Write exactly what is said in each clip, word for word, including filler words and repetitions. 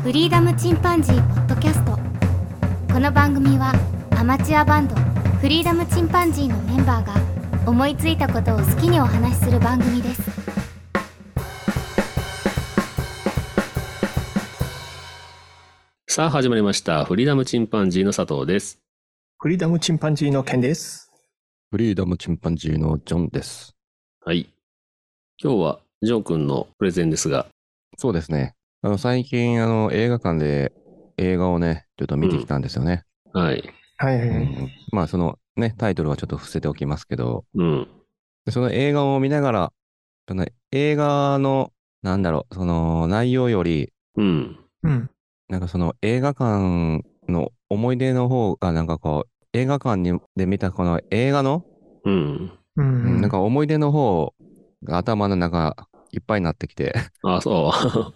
フリーダムチンパンジーポッドキャスト。この番組はアマチュアバンドフリーダムチンパンジーのメンバーが思いついたことを好きにお話しする番組です。 さあ始まりました。フリーダムチンパンジーの佐藤です。 フリーダムチンパンジーのケンです。 フリーダムチンパンジーのジョンです。 はい。今日はジョン君のプレゼンですが。 そうですね。あの最近あの映画館で映画をねちょっと見てきたんですよね。 うん、はい。 はいはい、 うん。まあそのねタイトルはちょっと伏せておきますけど、 うん、 でその映画を見ながら、その映画のなんだろうその内容より、 うん、 うんなんかその映画館の思い出の方がなんかこう映画館にで見たこの映画の、 うん、 うん、 なんか思い出の方が頭の中いっぱいになってきて。 あ、そう。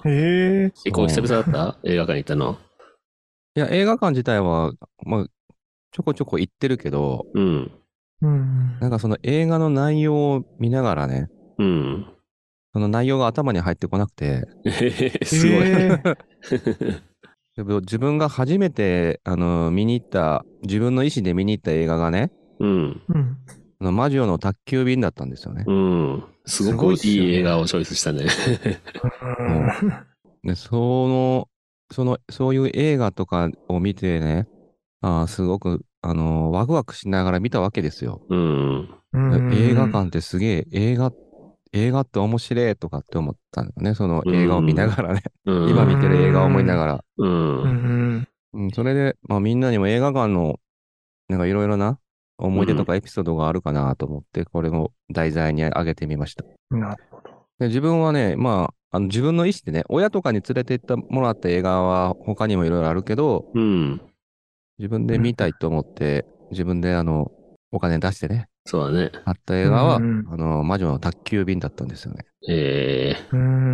へえ。 結構久々だった映画館に行ったの。 いや、映画館自体は、まあ、ちょこちょこ行ってるけど、 うん、 うん、 なんかその映画の内容を見ながらね、 うん。 その内容が頭に入ってこなくて、 すごい。 でも自分が初めて、あの、見に行った、自分の意思で見に行った映画がね、 うん、 うん、 あの魔女の宅急便だったんですよね。 うん。すごくいい映画をチョイスしたね。 で、その、その、そういう映画とかを見てね、あーすごく、あのーワクワクしながら見たわけですよ。 うん、 うん、 映画館ってすげえ、映画、映画って面白いとかって思ったのね。その映画を見ながらね。 うん、 今見てる映画を思いながら。 う、 うんん、 うん、それで、まあみんなにも映画館の、なんかいろいろな思い出とかエピソードがあるかなと思って、これを題材に挙げてみました。 なるほど。 で自分はね、まあ、あの自分の意思でね、親とかに連れて行ってもらった映画は他にもいろいろあるけど、 うん。 自分で見たいと思って、自分であの、お金出してね、 そうだね。 買った映画は、 うんあの、魔女の宅急便だったんですよね。 ええうん、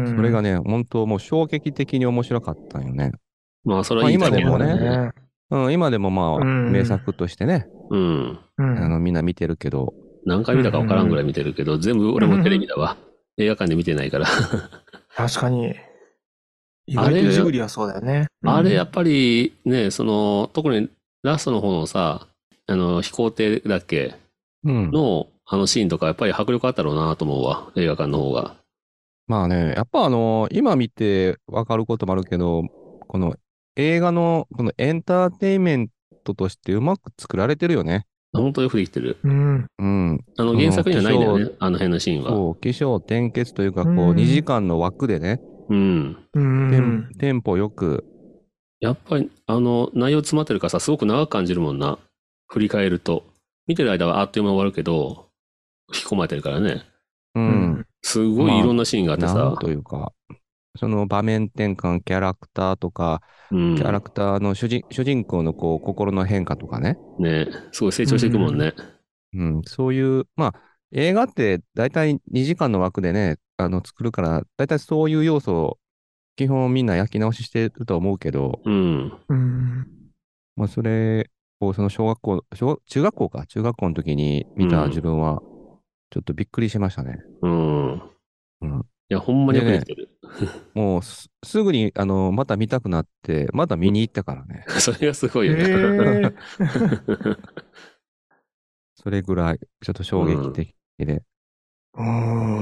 それがね、本当もう衝撃的に面白かったんよね。 まあ、それはいいまあ今でもね体験だね。 うん、今でもまあ、 うん名作としてね、 うん。 うんあの、みんな見てるけど、 何回見たか分からんぐらい見てるけど、全部俺もテレビだわ。映画館で見てないから。 確かに。意外とジブリはそうだよね。 あれ、やっぱりね、その、特にラストの方のさ、あの、飛行艇だっけうん。 の、あのシーンとか、やっぱり迫力あったろうなと思うわ。映画館の方が。 まあね、やっぱあの、今見てわかることもあるけど、この映画の、このエンターテインメントとしてうまく作られてるよね。 本当よくできてる。 うん。 うん。 あの、 そ原作にはないんだよ起ね。あの辺のシーンは。 そう、起承転結というか、 うこう、 んにじかんの枠でね、 うん。 うテンん。 テンポよく、 やっぱり、あの、内容詰まってるからさ、すごく長く感じるもんな。振り返ると。見てる間はあっという間に終わるけど、引き込まれてるからね。 ううんん。 すごいいろんなシーンがあってなんさ。 というか、その場面転換、キャラクターとか、 うん。 キャラクターの主人主人公のこう心の変化とかね、 ね、すごい成長していくもんね。 うん、そういう、まあ、映画って大体にじかんの枠でね、あの作るから、大体そういう要素を基本みんな焼き直ししてると思うけど、 うん。 うん。 まあ、それをその小学校、小中学校か、中学校の時に見た自分は、ちょっとびっくりしましたね。 うん。いうん、 や、ほんまによくできてる。 もうす、すぐに、あの、また見たくなって、また見に行ったからね。 それがすごいへよね。 え。 それぐらい、ちょっと衝撃的で。 うん。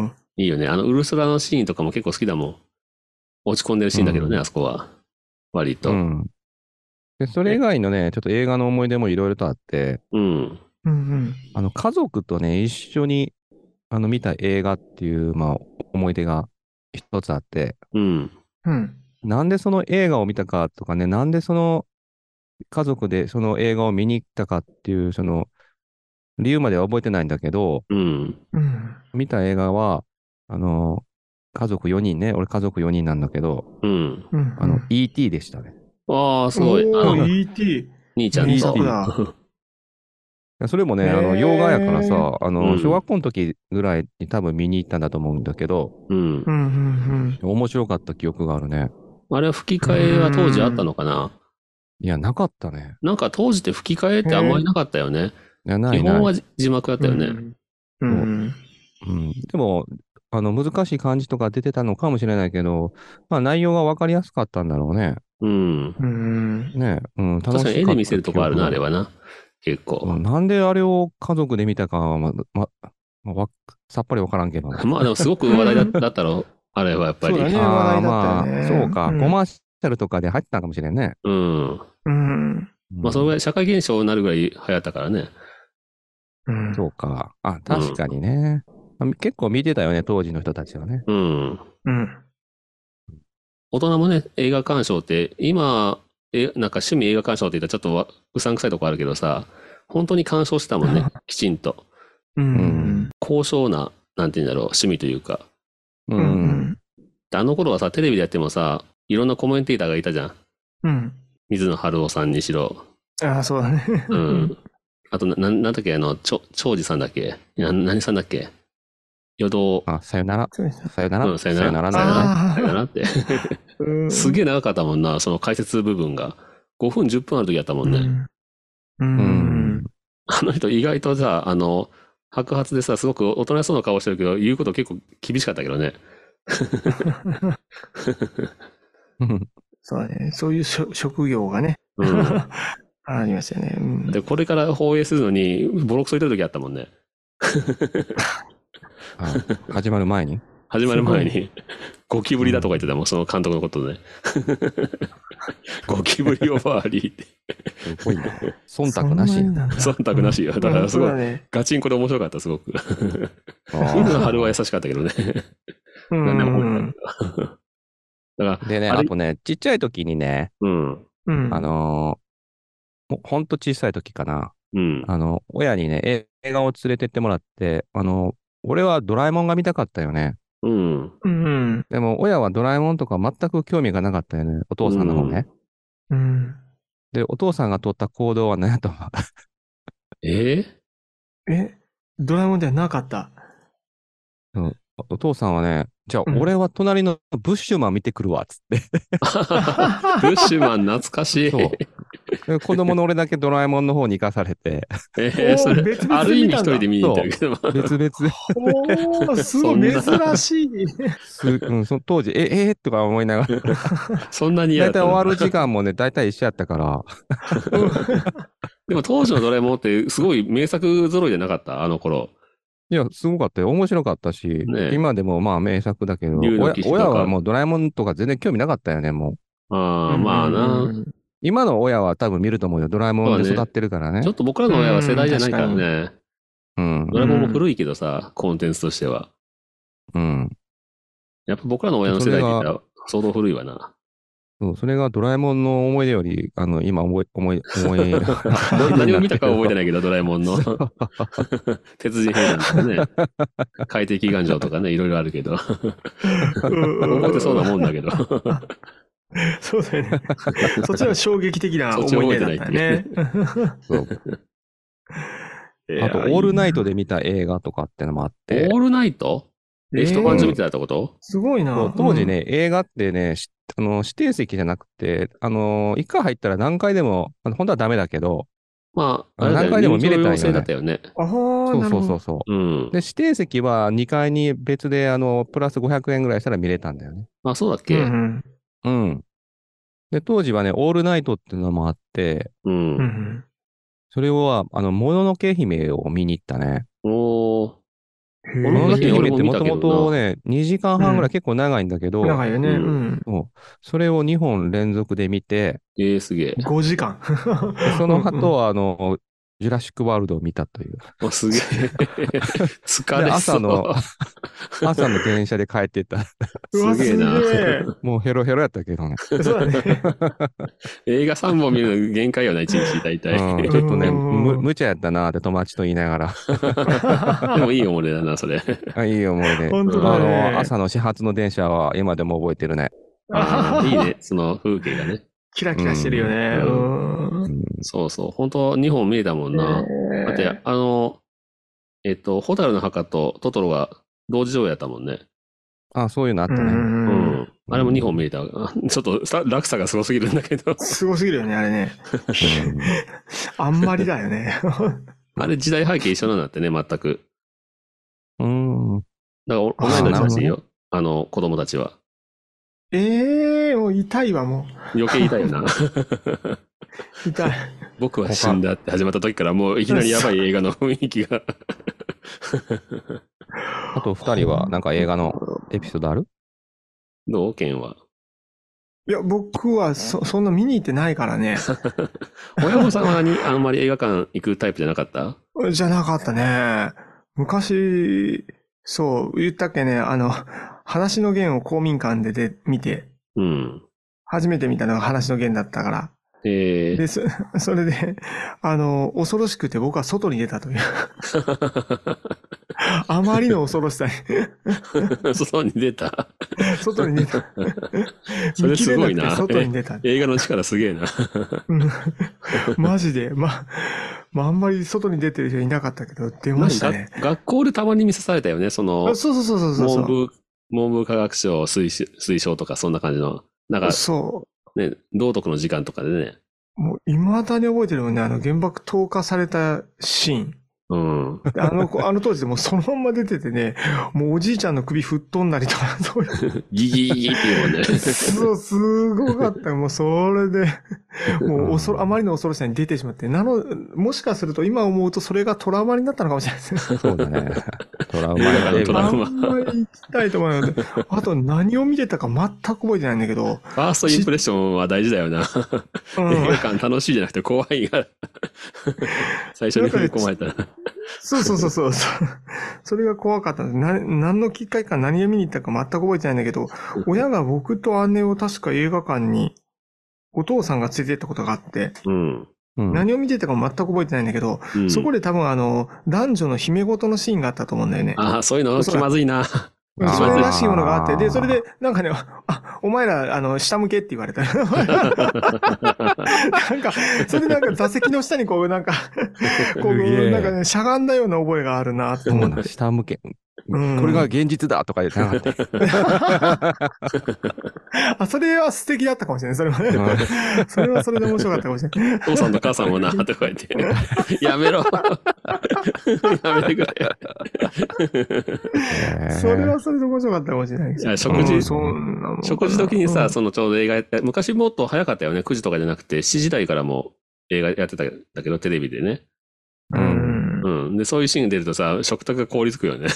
いいよね。あの、ウルスラのシーンとかも結構好きだもん。落ち込んでるシーンだけどね、 うんあそこは。割と。 うんで、それ以外のね、ちょっと映画の思い出もいろいろとあって、 うん。 うん。 あの、家族とね、一緒に、あの、見た映画っていう、まあ、思い出が一つあって、 うん。 うん。 なんでその映画を見たかとかね、なんでその家族でその映画を見に行ったかっていう、その理由までは覚えてないんだけど、 うん。 うん。 見た映画は、あの、家族よにんね、俺家族よにんなんだけど、 うん。 うん。 あの、イーティー でしたね。 ああ、すごい。あおー、 の、 イーティー。 兄ちゃん名と。 作だ。 それもね、 へーあの、洋画やからさ、あうの、 ん小学校の時ぐらいに多分見に行ったんだと思うんだけど、 うん。 うん。うん。 面白かった記憶があるね。 あれは吹き替えは当時あったのかな。 いや、なかったね。 なんか当時って吹き替えってあんまりなかったよね。 いや、ない基本ない。 は字幕だったよね。 うん。うん。 うん。でも、あの、難しい漢字とか出てたのかもしれないけど、まあ、内容がわかりやすかったんだろうね。 うん。 うん。 ね、うん、楽しかった確かに絵で見せるとこあるな、あれは。 はな。結構。 なんであれを家族で見たかは、ま、ま、まわさっぱりわからんけどね。 まあでもすごく話題だだったろ、あれはやっぱり。 そうだね、 あ話題あ、 だったよまあ、そうか、 ね。 コマーシャルとかで入ってたかもしれんね。 うん。 うん。 まあそれぐらい。 い社会現象になるぐらい流行ったからね。 うん。 そうか。あ、確かにね。あ結構見てたよね、当時の人たちはね。 うん。 うん。 大人もね、映画鑑賞って、今、え、なんか趣味映画鑑賞って言ったらちょっとわうさんくさいとこあるけどさ、本当に鑑賞してたもんね、きちんと。 ううんん。 高尚な、なんて言うんだろう、趣味というか。 う。 うんん。 であの頃はさ、テレビでやってもさ、いろんなコメンテーターがいたじゃん。 うん。 水野晴郎さんにしろ。 ああ、そうだね。 う。ん。あと、な、なんなんだっけ、あの、ちょ、長司さんだっけな、何さんだっけ夜道。 あ、さよなら。 そうですさよなら。 うん、さよなら。 ならさよなら。 あさよならって。 ーすげえ長かったもんな、その解説部分が。ごふん、じゅっぷんある時やったもんね。 うん。う。 うんん。 あの人意外とさ、あの、白髪でさ、すごくおとなしそうな顔してるけど、言うこと結構厳しかったけどね。 そうだね。そういうしょ職業がね、 うん。 ありましたよね。うん。 で、これから放映するのに、ボロクソ言ってる時あったもんね。 あ、始まる前に。 始まる前に、ゴキブリだとか言ってたもん、その監督のことで。ゴキブリオファーリーって。 すごいな。忖度なしや。 そんなんだ忖度なしよ。だからすごい、 うんそうだね。 ガチンコで面白かった、すごく。 あ水野春は優しかったけどね。 う何でも褒めん。 たけど。だから、 でね、 あれあとね、ちっちゃい時にね、 うん。 うん。 あのーほほんと小さい時かな。 うん。 あの、親にね、え映画を連れてってもらって、あの、俺はドラえもんが見たかったよね。 うん。 うん。 でも、親はドラえもんとか全く興味がなかったよね。お父さんの方ね。 うん。 で、お父さんが取った行動は何やと思う。 ええ、ドラえもんではなかった。 うんお父さんはね、じゃあうん俺は隣のブッシュマン見てくるわ、つって。 ー、ブッシュマン懐かしい。 そう。で子供の俺だけドラえもんの方に行かされて、 えー、それ、 おー別々 ある意味一で見たんだ人で見に行ってるけど。 別々で。 おー、すごい珍しい。 すうん、その当時、え、えー、とか思いながら。 そんなに嫌だったのだいたい終わる時間もね、だいたい一緒やったから。 でも当時のドラえもんってすごい名作揃いじゃなかったあの頃。 いや、すごかったよ。面白かったし、 ねえ今でもまあ名作だけど、親竜の騎士とか親はもうドラえもんとか全然興味なかったよね、もう。 ああ、まあな。 今の親は多分見ると思うよ。ドラえもんで育ってるからね。 ちょっと僕らの親は世代じゃないからうんね。 うん。 ドラえもんも古いけどさ、コンテンツとしては。 うん。 やっぱ僕らの親の世代って言ったら相当古いわな。 そう、それがドラえもんの思い出より、あの、今思い、思い、思い、 何を見たかは覚えてないけど、ドラえもんの。 そう鉄人兵団とかね。海底祈願場とかね、いろいろあるけど。覚えてそうなもんだけど。 そうだよね。そっちは衝撃的な思い出だったよね。 そうあと、オールナイトで見た映画とかってのもあって、 オールナイトえ、 えー一晩中見てたってことすごいそうな。 当時ね、映画ってね、しあの指定席じゃなくて、あの、一回入ったら何回でも、あの本当はダメだけど、 まあ、あれだよ何回でも見れたんよね入場要請だったよね。 うん。ああ、 そうなるほど。 そうそうそう。 うん。 で、指定席はにかいに別で、あの、プラスごひゃくえんぐらいしたら見れたんだよね。 あ、そうだっうけんうん。で、当時はね、オールナイトっていうのもあって、 う。 うん。うんん。 それは、あの、もののけ姫を見に行ったね。 おー。 へもののけ俺姫ってもとも見たけどなもとね、にじかんはんぐらうんい結構長いんだけど、 長いよね。 ううんん。 そうそれをにほん連続で見て、 ええ、すげえ。 ごじかん。 でその後は、あの、ジュラシックワールドを見たという。 あ、すげえ。疲れでそう。 朝の、朝の電車で帰ってった。 うわ、すすげえなげもうヘロヘロやったけどね。 え。そうだね。 映画さんぼん見るの限界よな、いちにち大うん、 体。 ちょっとね、 うんむ、無茶やったなって友達と言いながら。 でもいい思い出だな、それ。 あいい思い出。 本当あだね。 の、朝の始発の電車は今でも覚えてるね。 あーいいね、その風景がね。 キラキラしてるよね。 ううんん。 そうそう。本当にほん見えたもんな。だって、あの、えっと、ホタルの墓とトトロが同時上映やったもんね。 あ、そういうのあったね。 うんううんん。あれもにほん見えた。ちょっとさ落差がすごすぎるんだけど。 すごすぎるよね、あれね。あんまりだよね。 あれ時代背景一緒なんだってね、全く。 うん。 だからお同いあー年らしいなるよ。あの、子供たちは。 ええでも痛いわ、も余計痛いよな。 う。痛い。 僕は死んだって始まった時からもういきなりやばい映画の雰囲気が。 あと二人はなんか映画のエピソードある？ どうケンは。 いや、僕はそ、そんな見に行ってないからね。 親御さんは何あんまり映画館行くタイプじゃなかった？ じゃなかったね。昔、そう、言ったっけね、あの、話の弦を公民館でで見て、 うん。 初めて見たのが話の弦だったから。 えで、そ、それで、あの、恐ろしくて僕は外に出たという。あまりの恐ろしさに。 ー、外に出た。 外に出た。 それすごいな。 見切れなくて外に出た。 映画の力すげえな。 うんマジで。ま、まあ、あんまり外に出てる人いなかったけど、出ましたね。 が学校でたまに見せされたよね、そのあ、そうそうそうそうそう。 文部、文部科学省推奨推奨とかそんな感じの、なんかそね、道徳の時間とかでね。 う。もう、未だに覚えてるもんね、あの、原爆投下されたシーン。 うん。 あの、あの当時でもうそのまんま出ててね、もうおじいちゃんの首吹っ飛んだりとか、そういう。 ギギギギっていうもんね。 そう、すごかったよ。もうそれで、もう恐ろ、あまりの恐ろしさに出てしまって。なの、もしかすると今思うとそれがトラウマになったのかもしれないですね。 そうだね。トラウマがトラウマあんまり行きたいと思うので、あと何を見てたか全く覚えてないんだけど。 ファーストインプレッションは大事だよな。 うん映画館楽しいじゃなくて怖いから。最初に踏み込まれたら。 そうそうそうそう。そそれが怖かったんです。な、何のきっかけか何を見に行ったか全く覚えてないんだけど、親が僕と姉を確か映画館にお父さんが連れて行ったことがあって、 うん。 うん。 何を見てたか全く覚えてないんだけど、 うんそこで多分あの、男女の姫事のシーンがあったと思うんだよね。 ああ、そういうの気まずいな。 そあーれらしいものがあって、で、それで、なんかね、あ、お前ら、あの、下向けって言われた。なんか、それでなんか座席の下にこう、なんか、こすげえう、なんかね、しゃがんだような覚えがあるなと思って。 下向け。 うんこれが現実だとか言ってなかった。 あ、それは素敵だったかもしれない。それはね。それはそれで面白かったかもしれない。 父さんと母さんもな、とか言って。やめろ。やめてくれ。 それはそれで面白かったかもしれないです。 いや食事うんそんなもん食事時にさ、 うんそのちょうど映画やって、昔もっと早かったよね。くじとかじゃなくて、しちじ台からも映画やってたんだけど、テレビでね。 うんうん。で、そういうシーンが出るとさ、食卓が凍りつくよね。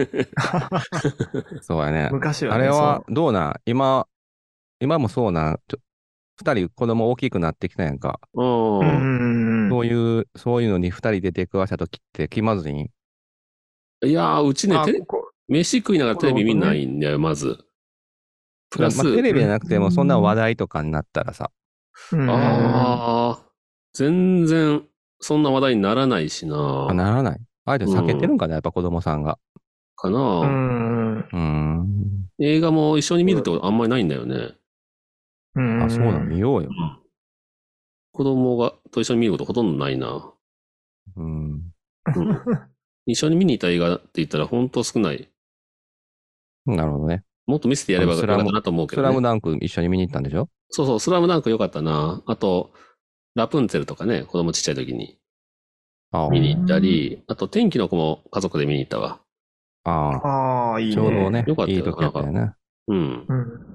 そうやね。 昔はね。 あれはどうなん今、今もそうなんちょ二人子供大きくなってきたやんか。 う。 そう。うんんうんそういう、そういうのに二人で出くわした時って気まずいん？ いやー、うちね、 あテレここ飯食いながらテレビ見ないんだよ、まず。プラス、 まあ、テレビじゃなくてもそんな話題とかになったらさ。 うんああ、全然、そんな話題にならないしな。 あならない。あえて避けてるんかな、やっぱ子供さんが。 かな、 うんうーん。 映画も一緒に見るってことあんまりないんだよね。 うんあ、そうなん、見ようよ。 子供がと一緒に見ることほとんどないな。 うん。 うん、一緒に見に行った映画って言ったら本当少ない。 なるほどね。 もっと見せてやればよかったなと思うけど、ね。 スラムダンク一緒に見に行ったんでしょ？ そうそう、スラムダンク良かったな。あと、ラプンツェルとかね、子供ちっちゃい時にあ見に行ったり、あと天気の子も家族で見に行ったわ。 あ。あああ、いいあ。 ね。 ちょうどねよかっ、たよいい時やったよね。 うん。 うん。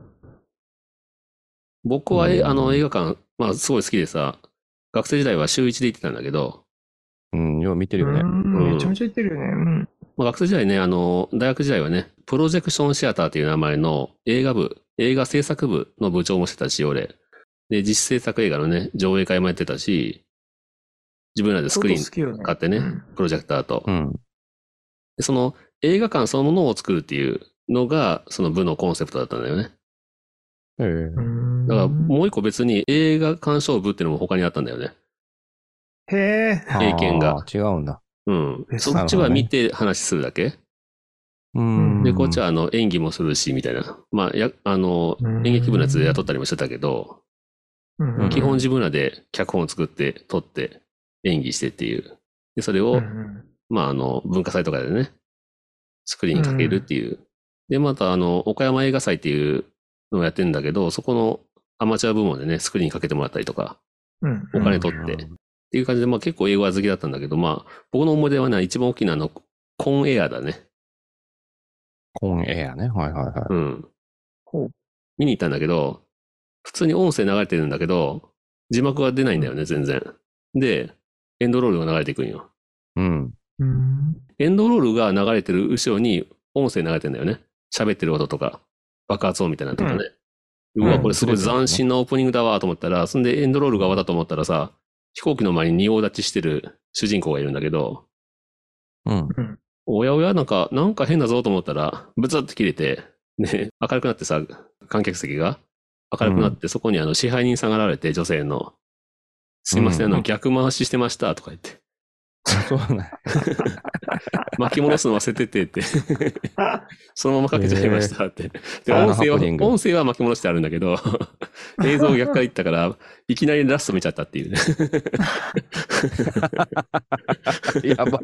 僕は、えうんあの映画館、まあすごい好きでさ、学生時代は週一で行ってたんだけど、 うん、よう見てるよね。 うんめちゃめちゃ言ってるよね。うん。 まあ、学生時代ね、あの、大学時代はね、プロジェクションシアターという名前の映画部、映画制作部の部長もしてたし、俺。で、実制作映画のね、上映会もやってたし、自分らでスクリーン買ってね、 うんプロジェクターと。 うん。 でその映画館そのものを作るっていうのが、その部のコンセプトだったんだよね。 ええうんだから、もう一個別に映画鑑賞部っていうのも他にあったんだよね。 へえ。 英検があー違うんだ。 うん。 えそっちは見て話するだけ。 うん。 で、こっちはあの演技もするし、みたいな。まあ、や、あの、 うん演劇部のやつで雇ったりもしてたけど、 うん基本自分らで脚本を作って、撮って、演技してっていう。で、それを、 うんまあ、あの、文化祭とかでね、スクリーンにかけるっていう。で、また、あの、岡山映画祭っていうのをやってるんだけど、そこのアマチュア部門でね、スクリーンにかけてもらったりとか、 うんお金取って、っていう感じで、まあ結構映画好きだったんだけど、まあ、僕の思い出はね、一番大きなあの、コンエアだね。 コンエアね。はいはいはい。 うん。 ほう見に行ったんだけど、 普通に音声流れてるんだけど、字幕が出ないんだよね、全然。で、エンドロールが流れていくんよ。 うん。 うん。 エンドロールが流れてる後ろに音声流れてんだよね。喋ってる音とか、爆発音みたいなのとかね。うわ、これすごい斬新なオープニングだわと思ったら、そんでエンドロールが終わったと思ったらさ、飛行機の前に仁王立ちしてる主人公がいるんだけど、 うん。 おやおや、なんか、なんか変だぞと思ったら、ブツッと切れて、ね、明るくなってさ、観客席が明るくなって、そこにあの支配人さんが現れて、女性の、すいません、あの、逆回ししてましたとか言って、 そうね。 巻き戻すの忘れててってそのままかけちゃいましたって。で、 あの音声は、 ハプニング音声は巻き戻してあるんだけど、映像逆から言ったから、いきなりラスト見ちゃったっていうね。 やば。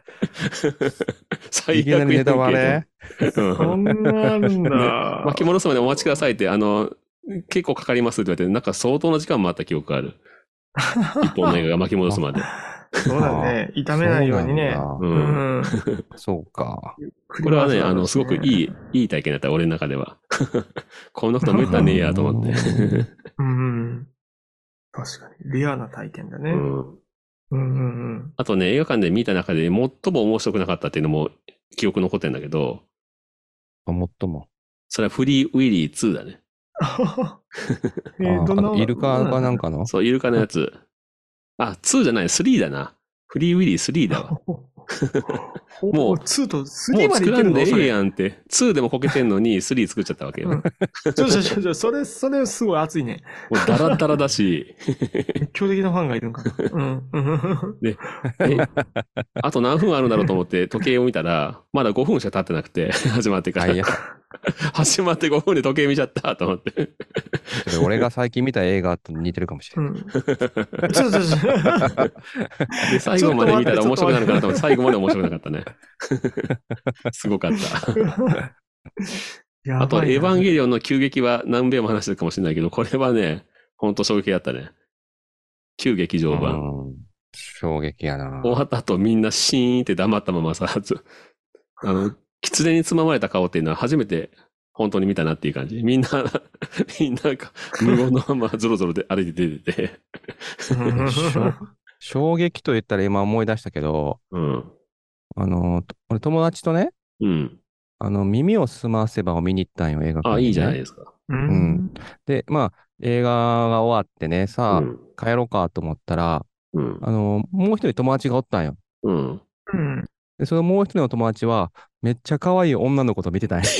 最悪いきなりネタバレうんそんなんだ。 巻き戻すまでお待ちくださいって、あの、結構かかりますって言われて、なんか相当な時間もあった記憶がある。一本の映画が巻き戻すまで。 そうだね。炒めないようにね。 そうううんん。 そうか。 これはね、あの、すごくいい、いい体験だった、俺の中では。こんなことめったにねえやと思って。 うん。確かに。レアな体験だね。 うんうんうんうん。 あとね、映画館で見た中で最も面白くなかったっていうのも記憶残ってんだけど、 もっとも。 それはフリーウィリーツーだね。 えー、どんなあイルカかなんかのそう、イルカのやつ。あ、ツーじゃない、スリーだな。フリーウィリースリーだわ。 ももうう、ツーとスもうリーまでいってるのそれ。 作らんでええやんって。ツーでもこけてんのにスリー作っちゃったわけよ。もうんちょちょちょちょ、それ、それすごい熱いね。 うダラダラだし。 熱狂的なファンがいるんかな。うん。うんで、え、あと何分あるんだろうと思って時計を見たら、まだごふんしか経ってなくて、始まってから。 あいや、 始まってごふんで時計見ちゃったと思って。 それ俺が最近見た映画と似てるかもしれない。 うん。ちょちょちょ。 で、最後まで見たら面白くなるかなと思って、最後まで面白くなかったね。すごかった。 やばいなあと、エヴァンゲリオンの急激は何べんも話してるかもしれないけど、これはね、ほんと衝撃だったね。旧劇場版。 うん衝撃やな。 終わった後みんなシーンって黙ったままさ、ずあの、狐につままれた顔っていうのは初めて本当に見たなっていう感じ。みんな、みんなが無言のままゾロゾロで歩いて出てて。 衝衝撃と言ったら今思い出したけど、 うん。 あの、と俺友達とね、 うん。 あの、耳をすませばを見に行ったんよ、映画館あ、 にねいいじゃないですか。 うん。 で、まあ、映画が終わってね、さあ、 うん。 帰ろうかと思ったら、 うん。 あの、もう一人友達がおったんよ。 うん。 うん。 で、そのもう一人の友達は、めっちゃ可愛い女の子と見てたんよ。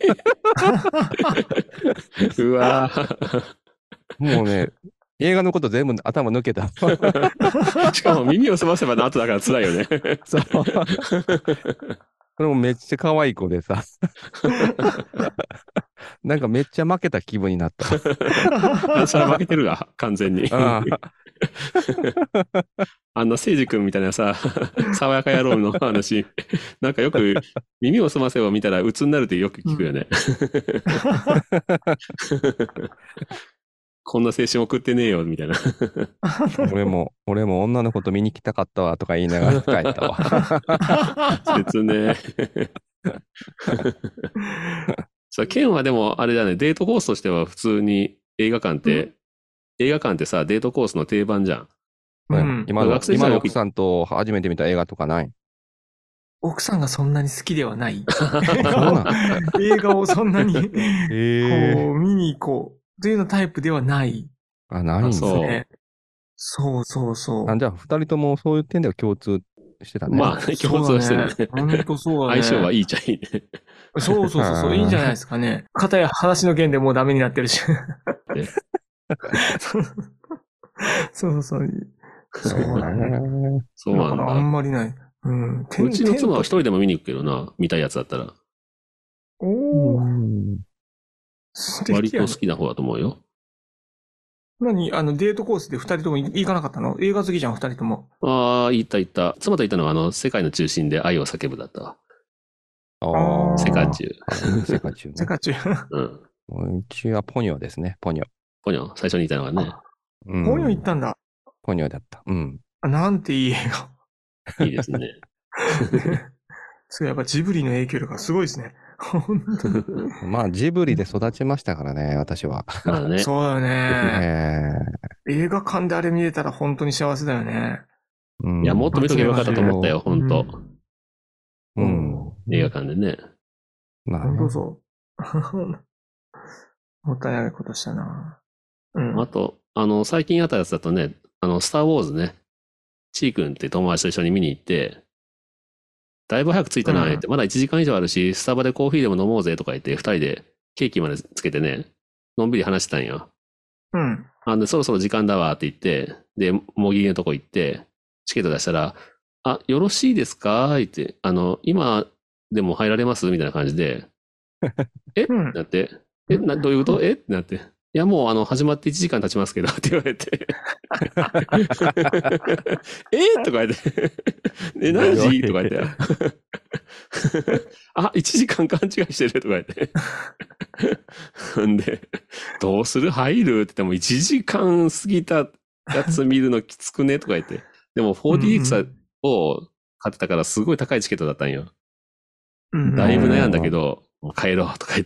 うわぁ。 もうね、映画のこと全部頭抜けた。 しかも耳をすませばの後だから辛いよね。 そう。それもめっちゃ可愛い子でさ。なんかめっちゃ負けた気分になった。 それは負けてるわ、完全に。 ああんな聖司君みたいなさ、爽やか野郎の話、なんかよく耳をすませば見たら鬱になるってよく聞くよね。こんな青春送ってねえよ、みたいな。 俺も、俺も女の子と見に来たかったわとか言いながら帰ったわ。 切ねさあ、ケンはでもあれだね、デートコースとしては普通に映画館って、 うん映画館ってさ、デートコースの定番じゃん。 うん今の学生時代よく今の奥さんと初めて見た映画とかない？ 奥さんがそんなに好きではない。 そうなん映画をそんなに、 へこう、見に行こうというようなタイプではないあ、ないんだ。 あそうね。そうそうそう。 あ、じゃあ二人ともそういう点では共通してたね。 まあ、共通はしてるね。 ほんとそうだね。 相性はいいじゃいいね。 そうそうそうそう、いいんじゃないですかね。片や裸足の弦でもうダメになってるし。そうそう。そうだね。 ね。 そうなんだからあんだ。 まりない。うん。 うちの妻は一人でも見に行くけどな、見たいやつだったら。 おー、 うん素敵やね割と好きな方だと思うよ。 何あの、デートコースで二人とも行かなかったの？映画好きじゃん、二人とも。 ああ、行った行った。妻と行ったのは、あの、世界の中心で愛を叫ぶだったわ。 ああーあ。 世界中。 はい世界中ね。 世界中。 うん。 うちはポニョですね、ポニョ。 ポニョ、最初にいたのはね。 うん本屋行ったんだ。 ポニョだった。うん。 あなんていい映画。 いいですね。 すごい、やっぱジブリの影響力がすごいですね。本当に。 まあ、ジブリで育ちましたからね、私は。 まあね。 そうだよね。 え映画館であれ見れたら本当に幸せだよね。 ーうんいや、もっと見とけばよかったと思ったよ、ほんと。 うん。 映画館でね。 まあね、 本当そう。もったいないことしたな。うん。 あと、あの、最近あったやつだとね、あの、スター・ウォーズね、チー君って友達と一緒に見に行って、だいぶ早く着いたな、 うんって、まだいちじかん以上あるし、スタバでコーヒーでも飲もうぜとか言って、二人でケーキまでつけてね、のんびり話してたんよ。 うん。 あで、そろそろ時間だわって言って、で、もぎりのとこ行って、チケット出したら、あ、よろしいですかって、あの、今でも入られますみたいな感じで、えうんってなって、え、な、どういうことえってなって、いや、もう、あの、始まっていちじかん経ちますけど、って言われて、えとか言って、え、何時とか言って、あ、いちじかん勘違いしてるとか言って。んで、どうする入るって言ってもいちじかん過ぎたやつ見るのきつくねとか言って。でも フォーディーエックス を買ってたからすごい高いチケットだったんよ。 うん。 だいぶ悩んだけど、もう帰ろうとか言って。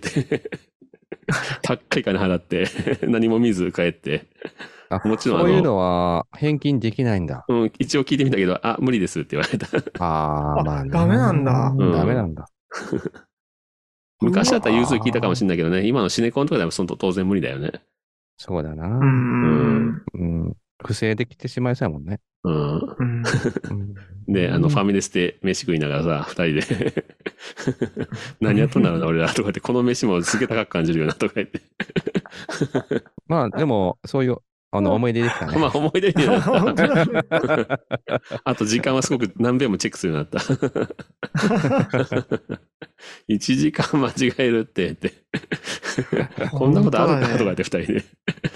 高い金払って何も見ず帰って。 あもちろんあのそういうのは返金できないんだ。 うん、一応聞いてみたけど、あ、無理ですって言われた。 ああ、 あまあね。 ダメなんだうんダメなんだ。 昔だったら融通聞いたかもしれないけどね、今のシネコンとかでもその当然無理だよね。 そうだな。 うん。うん。 うん。不正できてしまいそうやもんね。 うん。 うん。 うんで、あの、ファミレスで飯食いながらさ、二人で何やっとんだろうな、俺らとか言って、この飯もすげえ高く感じるよな、とか言って。 まあ、でも、そういう、あの、思い出できたね。 まあ、思い出にはな本当だねった。あと、時間はすごく何遍もチェックするようになった。いちじかん間違えるって、って。こんなことあるか、とか言って、二人で。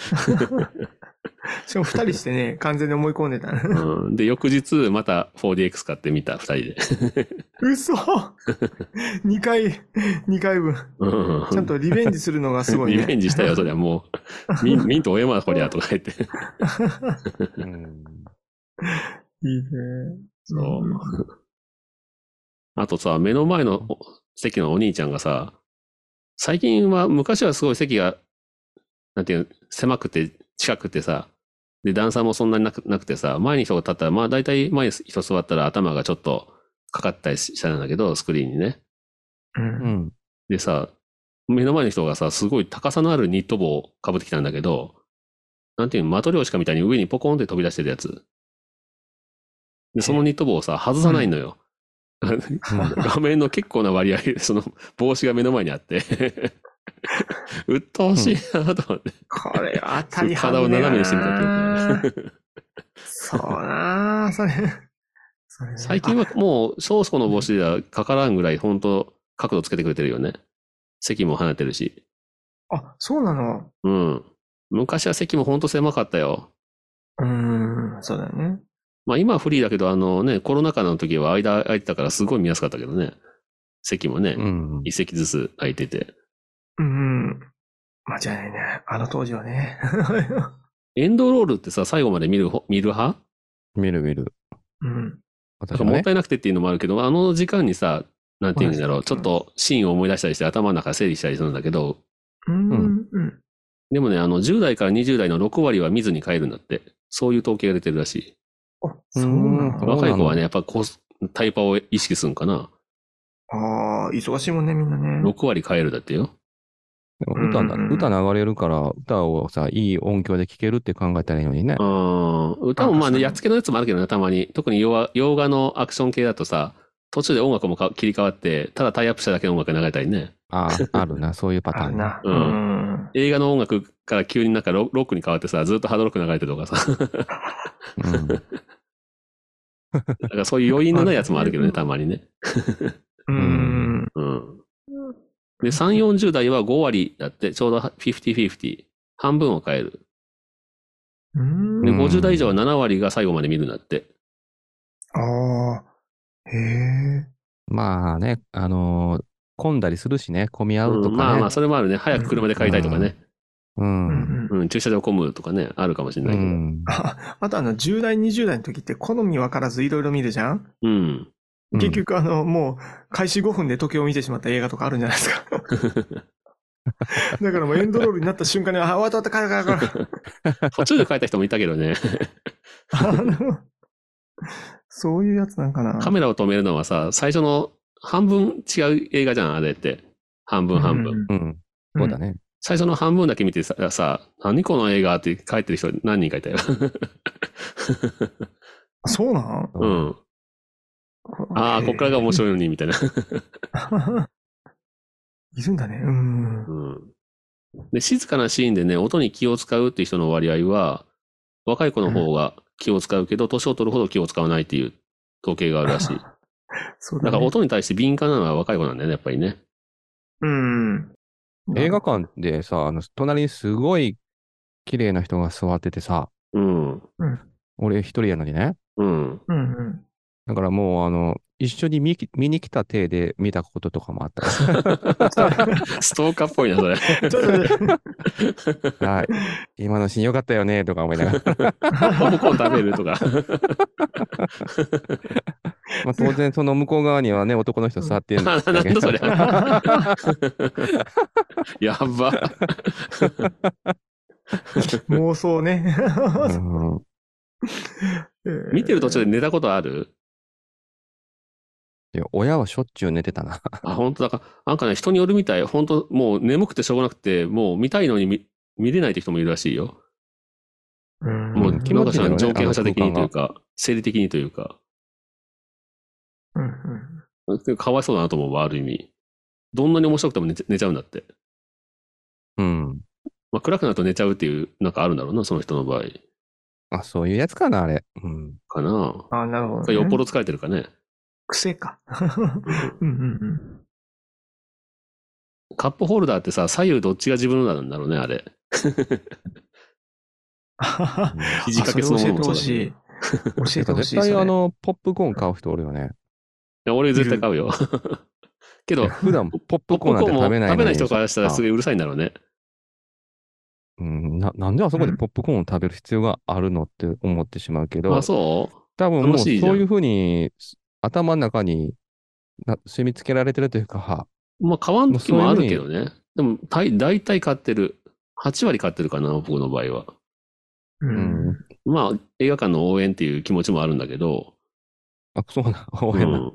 しかも二人してね、完全に思い込んでた。 うん、で、翌日、また フォーディーエックス 買ってみた、二人で。 嘘二回、二回分。 うんちゃんとリベンジするのがすごいね。 リベンジしたよ、そりゃもう。ミンミントおえまこりゃ、とか言って。 うんいいね。 そう。あとさ、目の前の席のお兄ちゃんがさ、最近は、昔はすごい席が、なんていうの、狭くて、近くてさ、で、段差もそんなになくなくてさ、前に人が立ったら、まあ大体前に人座ったら頭がちょっとかかったりしたんだけど、スクリーンにね。 う。 うんん。 でさ、目の前の人がさ、すごい高さのあるニット帽をかぶってきたんだけど、なんていうの、マトリョーシカみたいに上にポコンって飛び出してるやつ。で、そのニット帽をさ、外さないのよ。画面の結構な割合で、その帽子が目の前にあって、鬱陶しいなと思って。 これは当たり外れ体を斜めにしてみたなっていうか。 そうなあそれ。それ最近はもう、少々の帽子ではかからんぐらい、本当角度つけてくれてるよね。席も離れてるし。 あ、あそうなのうん。昔は席も本当狭かったよ。 うーん、そうだよね。 まあ今はフリーだけど、あのね、コロナ禍の時は間空いてたからすごい見やすかったけどね。席もね、 うん。 一席ずつ空いてて。 うん。間違いないね。あの当時はね。 エンドロールってさ、最後まで見るほ、見る派見る見る。 うん。 だ私もねからもった。いなくてっていうのもあるけど、あの時間にさ、なんていうんだろう、ちそうですょっとシーンを思い出したりして頭の中整理したりするんだけど、 うん。 ううん。 でもね、あのじゅう代からにじゅう代のろく割は見ずに帰るんだって。そういう統計が出てるらしい。 あ、そうなうんの若い子はね、やっぱこう、タイパを意識するんかな。 ああ、忙しいもんね、みんなね。 ろく割帰るだってよ。 でも歌な、 うんうんうん歌流れるから、歌をさ、いい音響で聴けるって考えたらいいのにね。 うん。歌もまあね、 あ確かにやっつけのやつもあるけどね、たまに。特に洋画洋画のアクション系だとさ、途中で音楽もか切り替わって、ただタイアップしただけの音楽が流れたりね。 ああ、あるな、そういうパターンね。 あるな。 ううんん。 映画の音楽から急になんかロロックに変わってさ、ずっとハードロック流れてるとかさ。 うん。 だからそういう余韻のないやつもあるけどね、たまにね。 うん。 うん。で、さんじゅう、よんじゅう代はご割だって、ちょうどフィフティフィフティ。半分を変える。 うん。 で、 うんごじゅう代以上はなな割が最後まで見るんだって。 ああ、へえ。 まあね、あのー混んだりするしね、混み合うとかね。 うんまあまあ、それもあるね。早く車で帰りたいとかね。 う。 うんん。 うん、駐車場混むとかね、あるかもしれなういけど。 ん。 ああとあの、じゅう代、にじゅう代の時って好み分からずいろいろ見るじゃんうん。 うん結局あの、もう開始ごふんで時計を見てしまった映画とかあるんじゃないですか。だからもうエンドロールになった瞬間に、あ、終わった終わった、帰る帰る帰る。 途中で帰った人もいたけどね。 あのそういうやつなんかな。 カメラを止めるのはさ、最初の半分違う映画じゃん、あれって。半分半分。 うんうん。そうだね。 最初の半分だけ見てさ、さ何この映画って書いてる人何人かいたよ。 そうなんうん。ああ、こっからが面白いのに、みたいな。 いるんだね。うん。 うん。で、静かなシーンでね、音に気を使うっていう人の割合は、若い子の方が気を使うけど、年を取るほど気を使わないっていう統計があるらしい。 そうだね。 だから音に対して敏感なのは若い子なんだよね、やっぱりね。 うん。 映画館でさ、あの、隣にすごい綺麗な人が座っててさ、 うん。 うん。 俺一人やのにね。 うん。 うんうん。 だからもう、あの、一緒に見き見に来た体で見たこととかもあった。 ストーカーっぽいな、それ。 ちょっと待ってはい。今のシーン良かったよね、とか思いながら。 ポップコーン食べるとか。 まあ当然その向こう側にはね、男の人座ってるんだけど。 なんだそれ。やば。 妄想ね。 うん見てる途中で寝たことある？ いや、親はしょっちゅう寝てたな。 あ、本当だから、なんかね、人によるみたい。本当もう眠くてしょうがなくて、もう見たいのに見、見れないって人もいるらしいよ。 うんもう、 気なんかしら持ちいいんだろうね条件反射的にというあか、生理的にというか、 うんうん。 かわいそうだなと思うわ、ある意味。どんなに面白くても寝ちゃ寝ちゃうんだって。 うん。 まあ、暗くなると寝ちゃうっていう、なんかあるんだろうな、その人の場合。 あ、そういうやつかな、あれ。うん。 かな。 あ、なるほど、ね。 それよっぽど疲れてるかね。 癖か。うんうんカップホルダーってさ、左右どっちが自分のなんだろうね、あれ。 うん。 肘掛けそのものもそうだけど。い教えてほしい。 絶対あの、ポップコーン買う人おるよね。 や俺絶対買うよ。けど、 普段ポップポップコーンなんてコーンも食べないのに食べない人からしたらすごいうるさいんだろうね。 うん、な、なんであそこでポップコーンを食べる必要があるのって思ってしまうけど、 あ、そう多分もう楽しいじゃんそういうふうに頭の中にな染み付けられてるというか、 まあ、買わん時もあるけどね。でも、たい大体買ってる。はち割買ってるかな、僕の場合は。 ううんん。 まあ、映画館の応援っていう気持ちもあるんだけど。 あ、そうな、応援な。 うん。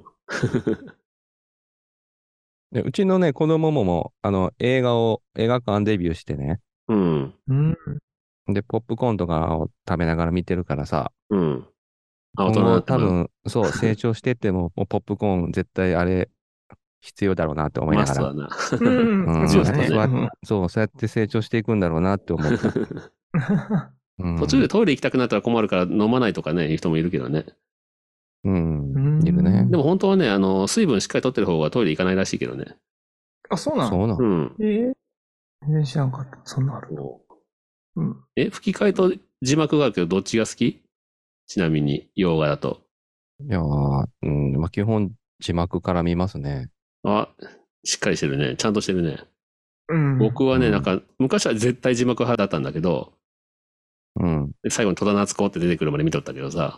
でうちのね、子供ももう、あの、映画を、映画館デビューしてね、 うん。 うん。 で、ポップコーンとかを食べながら見てるからさ、 うん。あ、大今人にな後っても。 多分、そう、成長してっても、もうポップコーン絶対あれ、必要だろうなって思いながら。 マストだな。 うん。 うんそうだね。 そうだうんそう、そうやって成長していくんだろうなって思った。うん途中でトイレ行きたくなったら困るから飲まないとかね、いう人もいるけどね。 うん、いるね。 でも本当はね、あの、水分しっかり取ってる方がトイレ行かないらしいけどね。 あ、そうなのそうなの。 うん。 ええ全然知らんかった。そんなのある。うん。 え、吹き替えと字幕があるけど、どっちが好き？ちなみに、洋画だと。 いやー、うん、まあ、基本字幕から見ますね。 あ、しっかりしてるね。ちゃんとしてるね。 うん。 僕はね、 うんなんか、昔は絶対字幕派だったんだけど、 うん。 で最後に戸田夏子って出てくるまで見とったけどさ、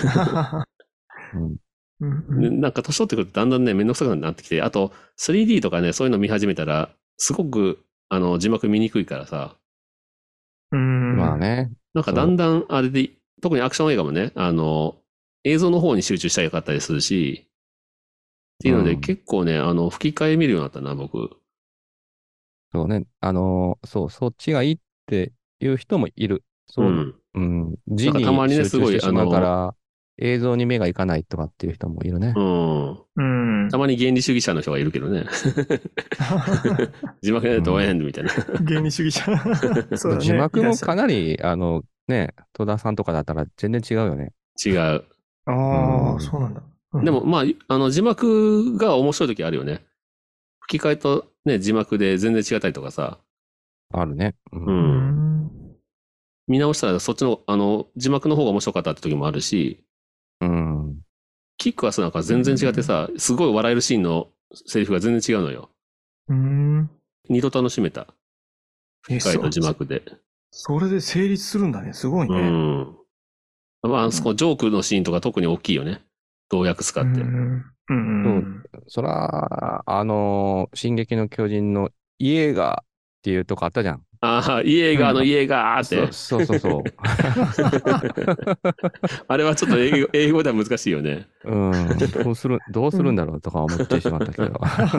うん。 うんでなんか年取ってくるとだんだんね、めんどくさくなってきて、あと、スリーディー とかね、そういうの見始めたら、すごく、あの、字幕見にくいからさ、 うん。 まあ。ね。 なんかだんだん、あれで、特にアクション映画もね、あの、映像の方に集中したらよかったりするし、っていうので、 うん結構ね、あの、吹き替え見るようになったな、僕。 そうね。あのーそう、そっちがいいっていう人もいる。そうう、 ん。 うん。字になんかたまにね集すごい中してしまうから、映像に目がいかないとかっていう人もいるねう。ん。 うん。 たまに原理主義者の人がいるけどね。字幕ないと応援みたいな。 原理主義者。そうだね。 字幕もいらっしゃるかなり、あの、ね、戸田さんとかだったら全然違うよね。 違う。 あうんあ、そうなんだ。うんでも、、まあ、あの、字幕が面白い時あるよね。吹き替えとね、字幕で全然違ったりとかさ。 あるね。う。 うんん。 うん。 見直したらそっちの、あの、字幕の方が面白かったって時もあるし、 うん。 キックアスなんか全然違ってさ、すごい笑えるシーンのセリフが全然違うのよ。 うん。 二度楽しめた。 え、 吹き替えと字そ幕で。 それで成立するんだね。すごいうね。 ん。まあ、そこ、ジョークのシーンとか特に大きいよね。どう訳すかって。 うんうんうん。 そら、あのー進撃の巨人のイエーガーっていうとこあったじゃん。 ああ、イエーガーのイエーガーっそて。 そうそうそう。 あれはちょっと英語英語では難しいよね。 うん、どうする、どうするんだろうとか思ってしまったけど。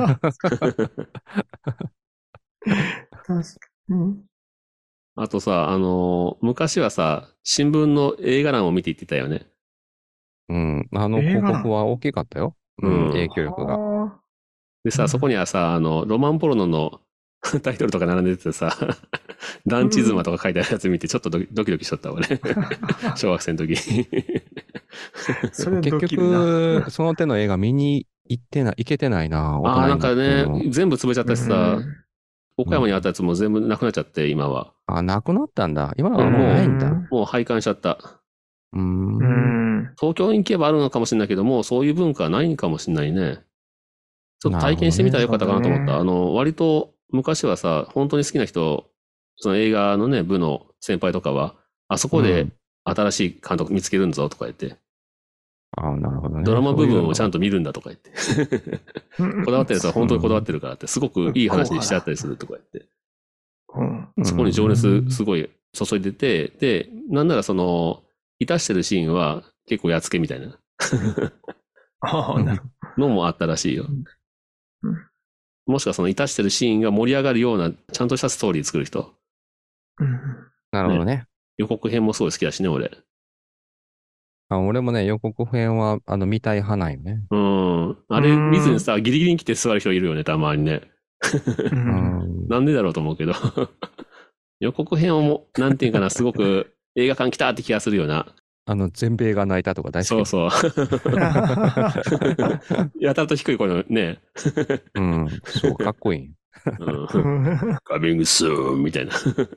確かに。 あとさ、あのー昔はさ、新聞の映画欄を見ていってたよね。 うん、あの映画広告は大きかったよ。ううんん、影響力が。 はでさ、 うんそこにはさ、あの、ロマンポルノのタイトルとか並んでてさ、団地妻とか書いてあるやつ見てちょっとドキドキドキしとった俺。小学生の時。 あ。それ結ドキるな。 局、その手の映画見に行ってない、行けてないな、大ああ、なん人になかね、 っても。 全部潰れちゃったしうさ、 ん岡山にあったやつも全部なくなっちゃって、今は。 あ、なくなったんだ。今うはもうないんだ。 んもう廃刊しちゃった。 うー。 うんん。 東京に行けばあるのかもしれないけども、そういう文化はないんかもしれないね。ちょっと体験してみたらよかったかなと思った。 なるほあの、割と昔はさ、本当に好きな人、その映画のね、部の先輩とかは、あそこで新しい監督見つけるんぞとか言って、 あ、なるほどね。 ドラマ部分をちゃんと。 と見るんだとか言って、こだわってるやつは本当にこだわってるからって、すごくいい話にしてあったりするとか言って、 うん。 そこに情熱すごい注いでて、で、なんならその、いたしてるシーンは結構やっつけみたいなああ、なるほのもあったらしいよ。 うんもしくはそのいたしてるシーンが盛り上がるような、ちゃんとしたストーリー作る人。 ど。うんなるほどね。 予告編もすごい好きだしね、俺。 あ、俺もね、予告編は、あの、見たい派なんよね。 うん。あれ見ずにさ、ギリギリに来て座る人いるよね、たまにね。 う。 うんん。 なんでだろうと思うけど。予告編をも、なんていうかな、すごく映画館来たって気がするような。 あの、全米が泣いたとか大好き。 そうそう。やたらと低い声のね。 うん。そう、かっこいい。 うん。カミングスーンみたいな。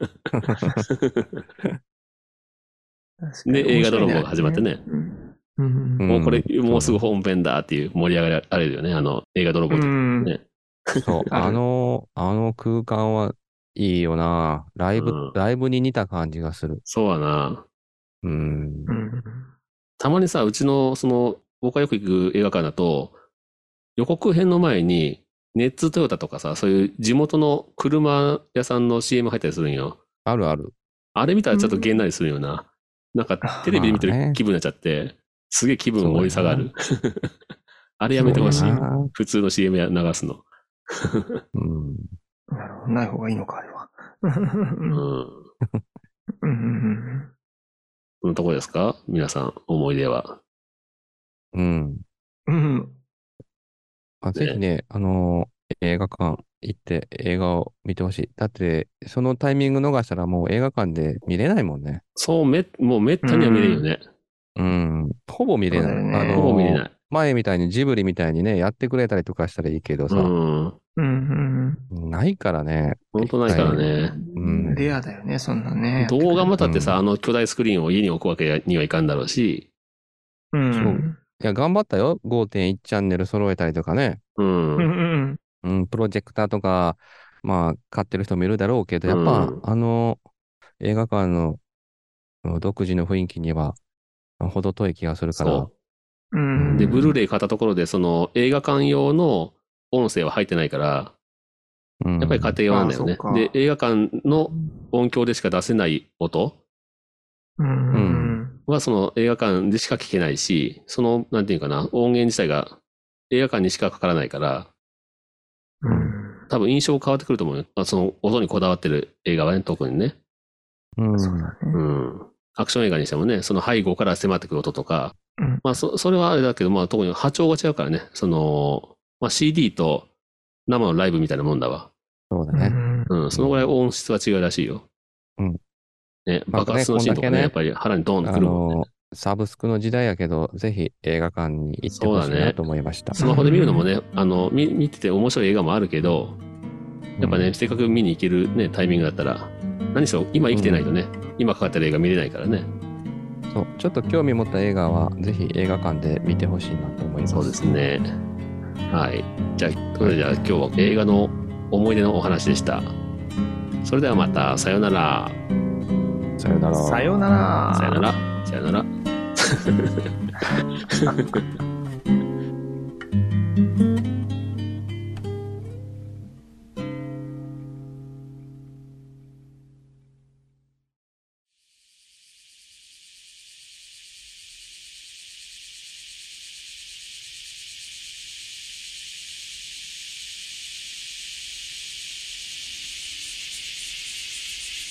で、映画泥棒が始まってね。 うん。うんうんもうこれ、もうすぐ本編だっていう盛り上がりあるよね、あの、映画泥棒ってうん。 ね。 そう、 あるあの、あの空間はいいよな。ライブ、 うんライブに似た感じがする。 そうやな。 うんう。ん。 たまにさ、うちの、その、僕がよく行く映画館だと、予告編の前に、ネッツトヨタとかさ、そういう地元の車屋さんの シーエム 入ったりするんよ。 あるある。 あれ見たらちょっとげんなりするよな。なんか、テレビで見てまあねる気分になっちゃって、すげえ気分盛り下がる。あれややめてほしいそう。 な普通の シーエム や流すの。 うん。 なるほど。ない方がいいのか、あれは。 うん。 うんうんこのとこですか皆さん、思い出は。 うん。 うん。うん。 あ、ぜひね、あのー映画館行って映画を見てほしい。だって、そのタイミング逃したらもう映画館で見れないもんね。 そう、め、もうめったには見れんよね。 うん。ほぼ見れない。 そうだよねあのーほぼ見れない。 前みたいにジブリみたいにね、やってくれたりとかしたらいいけどさ、 うん。 うんうん。 ないからね。 ほんとないからね。 うんレアだよね、そんなね。 どう頑張ったってさ、 うんあの巨大スクリーンを家に置くわけにはいかんだろうし。 うん。 そういや、頑張ったよ。ごてんいち チャンネル揃えたりとかね。 う。 うんんうん、プロジェクターとか、まあ、買ってる人もいるだろうけど、やっぱ、 うんあの、映画館の独自の雰囲気には、程遠い気がするからそ、 ううんん。 う。で、ブルーレイ買ったところで、その映画館用の音声は入ってないから、 うん、 やっぱり家庭用なんだよねあそう。かで、映画館の音響でしか出せない音うん。 うんは、その映画館でしか聞けないし、その、なんていうかな、音源自体が映画館にしかかからないから、 うん。 多分印象変わってくると思うよ。あその音にこだわってる映画はね、特にね。 うん、 そうだね。 うん。アクション映画にしてもね、その背後から迫ってくる音とか、 うん。 まあ、そ、それはあれだけど、まあ、特に波長が違うからね、その、まあ、シーディー と生のライブみたいなもんだわ。 そうだね。 うん。 うん、そのぐらい音質は違うらしいよ。 うん。 ね、 まあ爆発のシーンとかね、 ねやっぱり腹にドーンとあくるもんね。 の、サブスクの時代やけど、ぜひ映画館に行ってほしいそうだねなと思いました。 スマホで見るのもね、あの、見、見てて面白い映画もあるけど、やっぱね、 うんせっかく見に行けるね、タイミングだったら、何しろ今生きてないとね、今かかってる映画見れないからね。 そう、ちょっと興味持った映画は、ぜひ映画館で見てほしいなと思います。 そうですね。はい。じゃあ、それでは今日は映画の思い出のお話でした。それではまた、さよなら。 さよなら。 さよなら。 さよなら。さよなら。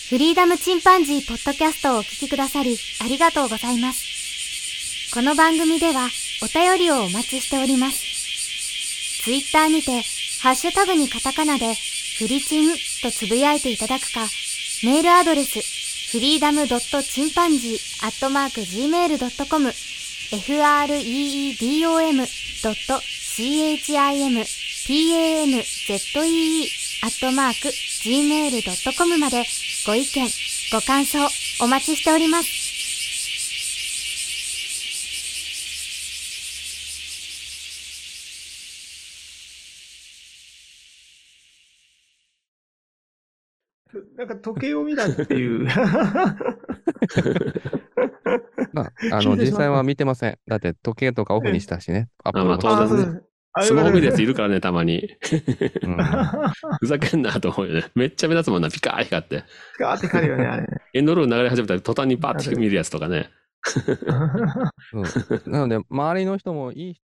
フリーダムチンパンジーポッドキャストをお聞きくださりありがとうございます。この番組ではお便りをお待ちしております。ツイッターにてハッシュタグにカタカナでフリチンとつぶやいていただくか、メールアドレスフリーダムドットチンパンジーアットマーク ジーメールドットコム フリーダムドットチンパンジーアットマーク ジーメールドットコム までご意見、ご感想お待ちしております。 なんか時計を見たっていう。 まあ、あの、実際は見てません。だって時計とかオフにしたしね。アップあまあル当然ねあ、そうです。あスマホ見るやついる。 るからね、たまに。 うん。 ふざけんなと思うよね。めっちゃ目立つもんな、ピカー光って。 ガーって光るよね、あれね。 エンドロール流れ始めたら途端にバーって見るやつとかね。 そうなので、周りの人もいい